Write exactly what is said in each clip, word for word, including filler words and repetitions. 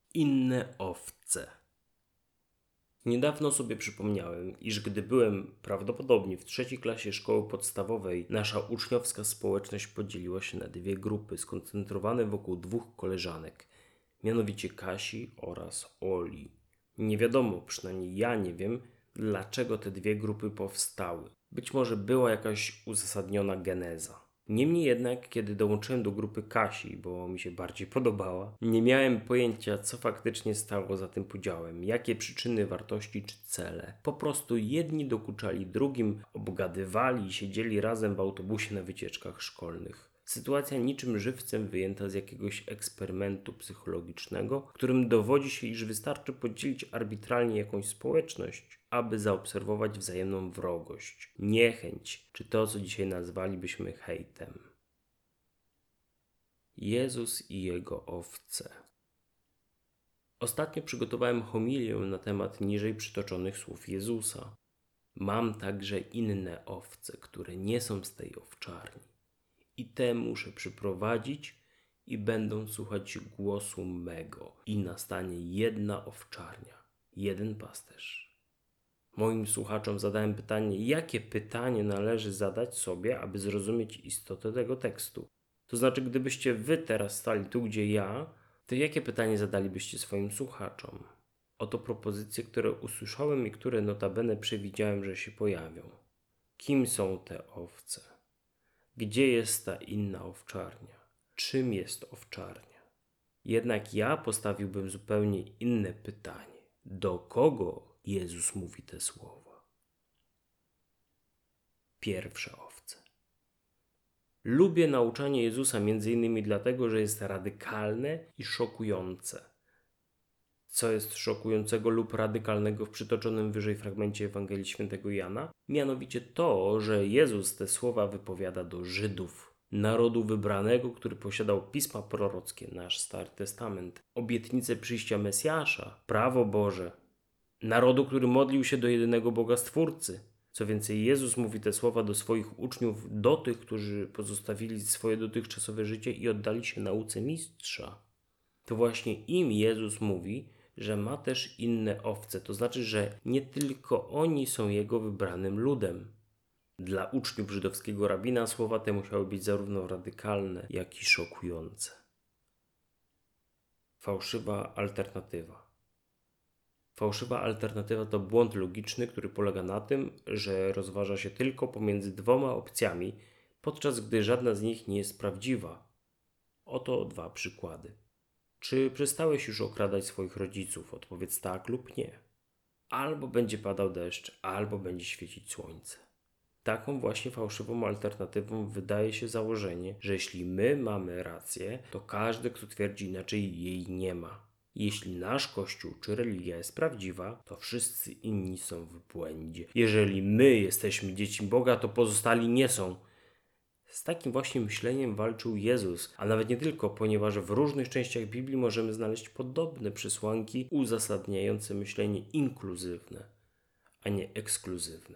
Inne owce. Niedawno sobie przypomniałem, iż gdy byłem prawdopodobnie w trzeciej klasie szkoły podstawowej, nasza uczniowska społeczność podzieliła się na dwie grupy skoncentrowane wokół dwóch koleżanek, mianowicie Kasi oraz Oli. Nie wiadomo, przynajmniej ja nie wiem, dlaczego te dwie grupy powstały. Być może była jakaś uzasadniona geneza. Niemniej jednak, kiedy dołączyłem do grupy Kasi, bo mi się bardziej podobała, nie miałem pojęcia, co faktycznie stało za tym podziałem, jakie przyczyny, wartości czy cele. Po prostu jedni dokuczali drugim, obgadywali i siedzieli razem w autobusie na wycieczkach szkolnych. Sytuacja niczym żywcem wyjęta z jakiegoś eksperymentu psychologicznego, w którym dowodzi się, iż wystarczy podzielić arbitralnie jakąś społeczność, aby zaobserwować wzajemną wrogość, niechęć, czy to, co dzisiaj nazwalibyśmy hejtem. Jezus i jego owce. Ostatnio przygotowałem homilię na temat niżej przytoczonych słów Jezusa. Mam także inne owce, które nie są z tej owczarni. I te muszę przyprowadzić i będą słuchać głosu mego. I nastanie jedna owczarnia, jeden pasterz. Moim słuchaczom zadałem pytanie, jakie pytanie należy zadać sobie, aby zrozumieć istotę tego tekstu. To znaczy, gdybyście wy teraz stali tu, gdzie ja, to jakie pytanie zadalibyście swoim słuchaczom? Oto propozycje, które usłyszałem i które notabene przewidziałem, że się pojawią. Kim są te owce? Gdzie jest ta inna owczarnia? Czym jest owczarnia? Jednak ja postawiłbym zupełnie inne pytanie. Do kogo Jezus mówi te słowa? Pierwsze owce. Lubię nauczanie Jezusa między innymi dlatego, że jest radykalne i szokujące. Co jest szokującego lub radykalnego w przytoczonym wyżej fragmencie Ewangelii Świętego Jana? Mianowicie to, że Jezus te słowa wypowiada do Żydów, narodu wybranego, który posiadał pisma prorockie, nasz Stary Testament, obietnice przyjścia Mesjasza, prawo Boże, narodu, który modlił się do jedynego Boga Stwórcy. Co więcej, Jezus mówi te słowa do swoich uczniów, do tych, którzy pozostawili swoje dotychczasowe życie i oddali się nauce Mistrza. To właśnie im Jezus mówi, że ma też inne owce, to znaczy, że nie tylko oni są Jego wybranym ludem. Dla uczniów żydowskiego rabina słowa te musiały być zarówno radykalne, jak i szokujące. Fałszywa alternatywa. Fałszywa alternatywa to błąd logiczny, który polega na tym, że rozważa się tylko pomiędzy dwoma opcjami, podczas gdy żadna z nich nie jest prawdziwa. Oto dwa przykłady. Czy przestałeś już okradać swoich rodziców? Odpowiedz tak lub nie. Albo będzie padał deszcz, albo będzie świecić słońce. Taką właśnie fałszywą alternatywą wydaje się założenie, że jeśli my mamy rację, to każdy, kto twierdzi inaczej, jej nie ma. Jeśli nasz Kościół czy religia jest prawdziwa, to wszyscy inni są w błędzie. Jeżeli my jesteśmy dziećmi Boga, to pozostali nie są. Z takim właśnie myśleniem walczył Jezus, a nawet nie tylko, ponieważ w różnych częściach Biblii możemy znaleźć podobne przesłanki uzasadniające myślenie inkluzywne, a nie ekskluzywne.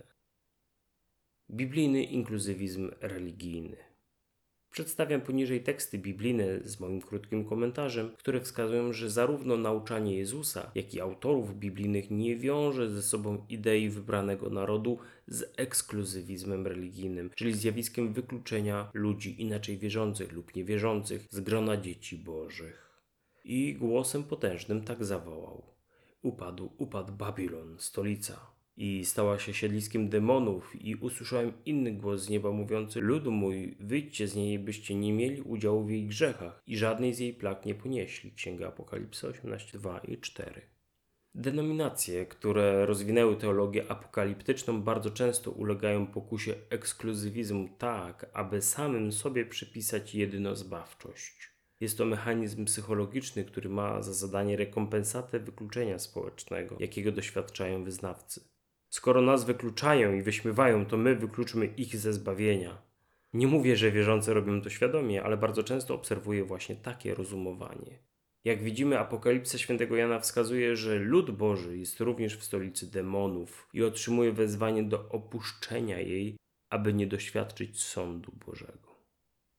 Biblijny inkluzywizm religijny. Przedstawiam poniżej teksty biblijne z moim krótkim komentarzem, które wskazują, że zarówno nauczanie Jezusa, jak i autorów biblijnych nie wiąże ze sobą idei wybranego narodu z ekskluzywizmem religijnym, czyli zjawiskiem wykluczenia ludzi inaczej wierzących lub niewierzących z grona dzieci Bożych. I głosem potężnym tak zawołał: Upadł, upadł Babilon, stolica, i stała się siedliskiem demonów, i usłyszałem inny głos z nieba mówiący: ludu mój, wyjdźcie z niej, byście nie mieli udziału w jej grzechach i żadnej z jej plag nie ponieśli. Księga Apokalipsy osiemnaście, dwa i cztery. Denominacje, które rozwinęły teologię apokaliptyczną, bardzo często ulegają pokusie ekskluzywizmu tak, aby samym sobie przypisać jedynozbawczość. Jest to mechanizm psychologiczny, który ma za zadanie rekompensatę wykluczenia społecznego, jakiego doświadczają wyznawcy. Skoro nas wykluczają i wyśmiewają, to my wykluczmy ich ze zbawienia. Nie mówię, że wierzący robią to świadomie, ale bardzo często obserwuję właśnie takie rozumowanie. Jak widzimy, Apokalipsa Świętego Jana wskazuje, że lud Boży jest również w stolicy demonów i otrzymuje wezwanie do opuszczenia jej, aby nie doświadczyć sądu Bożego.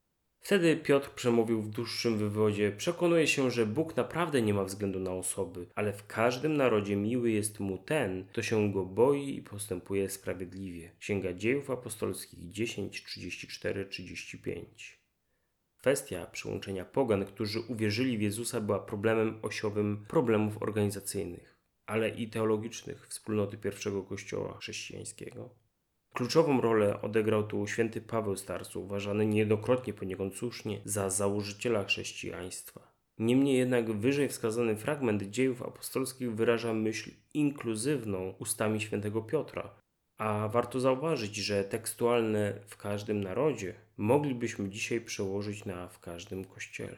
Wtedy Piotr przemówił w dłuższym wywodzie: przekonuje się, że Bóg naprawdę nie ma względu na osoby, ale w każdym narodzie miły jest mu ten, kto się go boi i postępuje sprawiedliwie. Księga Dziejów Apostolskich dziesięć, trzydzieści cztery, trzydzieści pięć. Kwestia przyłączenia pogan, którzy uwierzyli w Jezusa, była problemem osiowym problemów organizacyjnych, ale i teologicznych wspólnoty pierwszego kościoła chrześcijańskiego. Kluczową rolę odegrał tu święty Paweł Starcy, uważany niejednokrotnie poniekąd słusznie za założyciela chrześcijaństwa. Niemniej jednak wyżej wskazany fragment Dziejów Apostolskich wyraża myśl inkluzywną ustami świętego Piotra, a warto zauważyć, że tekstualne w każdym narodzie moglibyśmy dzisiaj przełożyć na w każdym kościele.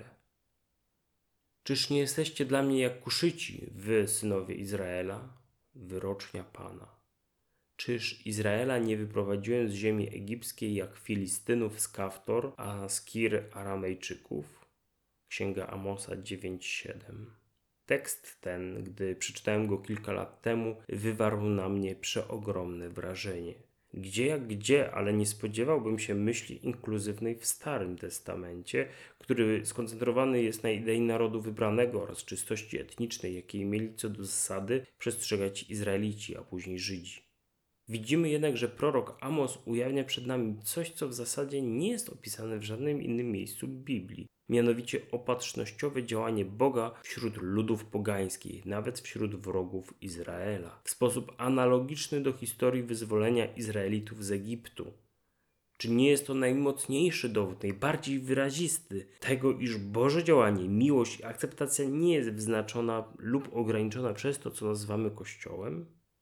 Czyż nie jesteście dla mnie jak Kuszyci, wy, synowie Izraela? Wyrocznia Pana. Czyż Izraela nie wyprowadziłem z ziemi egipskiej jak Filistynów z Kaftor, a z Kir Aramejczyków? Księga Amosa dziewięć siedem. Tekst ten, gdy przeczytałem go kilka lat temu, wywarł na mnie przeogromne wrażenie. Gdzie jak gdzie, ale nie spodziewałbym się myśli inkluzywnej w Starym Testamencie, który skoncentrowany jest na idei narodu wybranego oraz czystości etnicznej, jakiej mieli co do zasady przestrzegać Izraelici, a później Żydzi. Widzimy jednak, że prorok Amos ujawnia przed nami coś, co w zasadzie nie jest opisane w żadnym innym miejscu Biblii. Mianowicie opatrznościowe działanie Boga wśród ludów pogańskich, nawet wśród wrogów Izraela, w sposób analogiczny do historii wyzwolenia Izraelitów z Egiptu. Czy nie jest to najmocniejszy dowód, najbardziej wyrazisty tego, iż Boże działanie, miłość i akceptacja nie jest wyznaczona lub ograniczona przez to, co nazywamy Kościołem?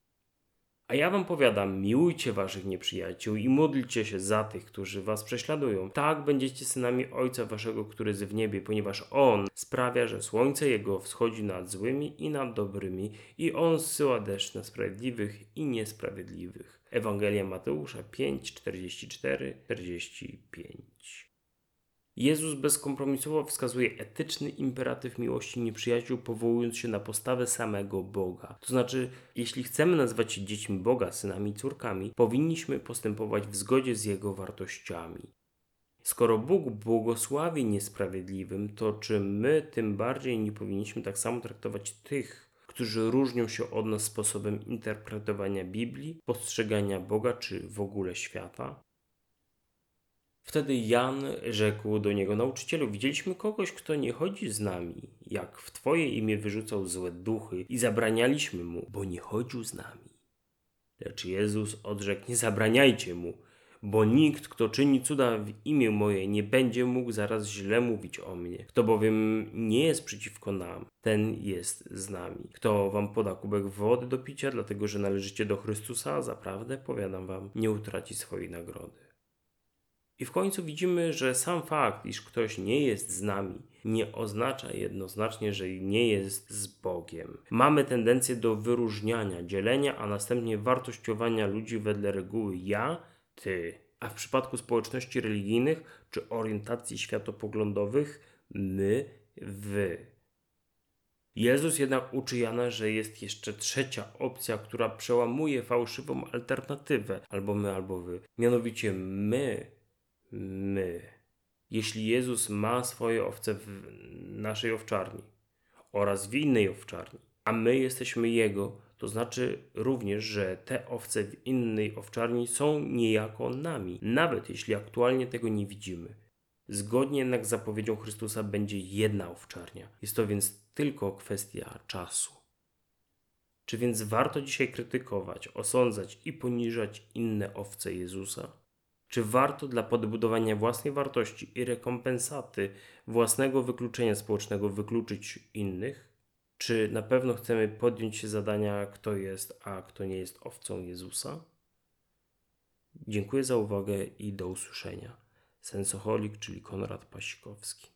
A ja wam powiadam, miłujcie waszych nieprzyjaciół i módlcie się za tych, którzy was prześladują. Tak będziecie synami Ojca waszego, który jest w niebie, ponieważ On sprawia, że słońce Jego wschodzi nad złymi i nad dobrymi i On zsyła deszcz na sprawiedliwych i niesprawiedliwych. Ewangelia Mateusza pięć, czterdzieści cztery, czterdzieści pięć. Jezus bezkompromisowo wskazuje etyczny imperatyw miłości nieprzyjaciół, powołując się na postawę samego Boga. To znaczy, jeśli chcemy nazywać się dziećmi Boga, synami i córkami, powinniśmy postępować w zgodzie z Jego wartościami. Skoro Bóg błogosławi niesprawiedliwym, to czy my tym bardziej nie powinniśmy tak samo traktować tych, którzy różnią się od nas sposobem interpretowania Biblii, postrzegania Boga czy w ogóle świata? Wtedy Jan rzekł do niego: nauczycielu, widzieliśmy kogoś, kto nie chodzi z nami, jak w Twoje imię wyrzucał złe duchy i zabranialiśmy mu, bo nie chodził z nami. Lecz Jezus odrzekł: nie zabraniajcie mu, bo nikt, kto czyni cuda w imię moje, nie będzie mógł zaraz źle mówić o mnie. Kto bowiem nie jest przeciwko nam, ten jest z nami. Kto wam poda kubek wody do picia, dlatego że należycie do Chrystusa, zaprawdę, powiadam wam, nie utraci swojej nagrody. I w końcu widzimy, że sam fakt, iż ktoś nie jest z nami, nie oznacza jednoznacznie, że nie jest z Bogiem. Mamy tendencję do wyróżniania, dzielenia, a następnie wartościowania ludzi wedle reguły ja, ty. A w przypadku społeczności religijnych czy orientacji światopoglądowych my, wy. Jezus jednak uczy Jana, że jest jeszcze trzecia opcja, która przełamuje fałszywą alternatywę albo my, albo wy. Mianowicie my, my. Jeśli Jezus ma swoje owce w naszej owczarni oraz w innej owczarni, a my jesteśmy Jego, to znaczy również, że te owce w innej owczarni są niejako nami, nawet jeśli aktualnie tego nie widzimy. Zgodnie jednak z zapowiedzią Chrystusa będzie jedna owczarnia. Jest to więc tylko kwestia czasu. Czy więc warto dzisiaj krytykować, osądzać i poniżać inne owce Jezusa? Czy warto dla podbudowania własnej wartości i rekompensaty własnego wykluczenia społecznego wykluczyć innych? Czy na pewno chcemy podjąć się zadania, kto jest, a kto nie jest owcą Jezusa? Dziękuję za uwagę i do usłyszenia. Sensoholik, czyli Konrad Pasikowski.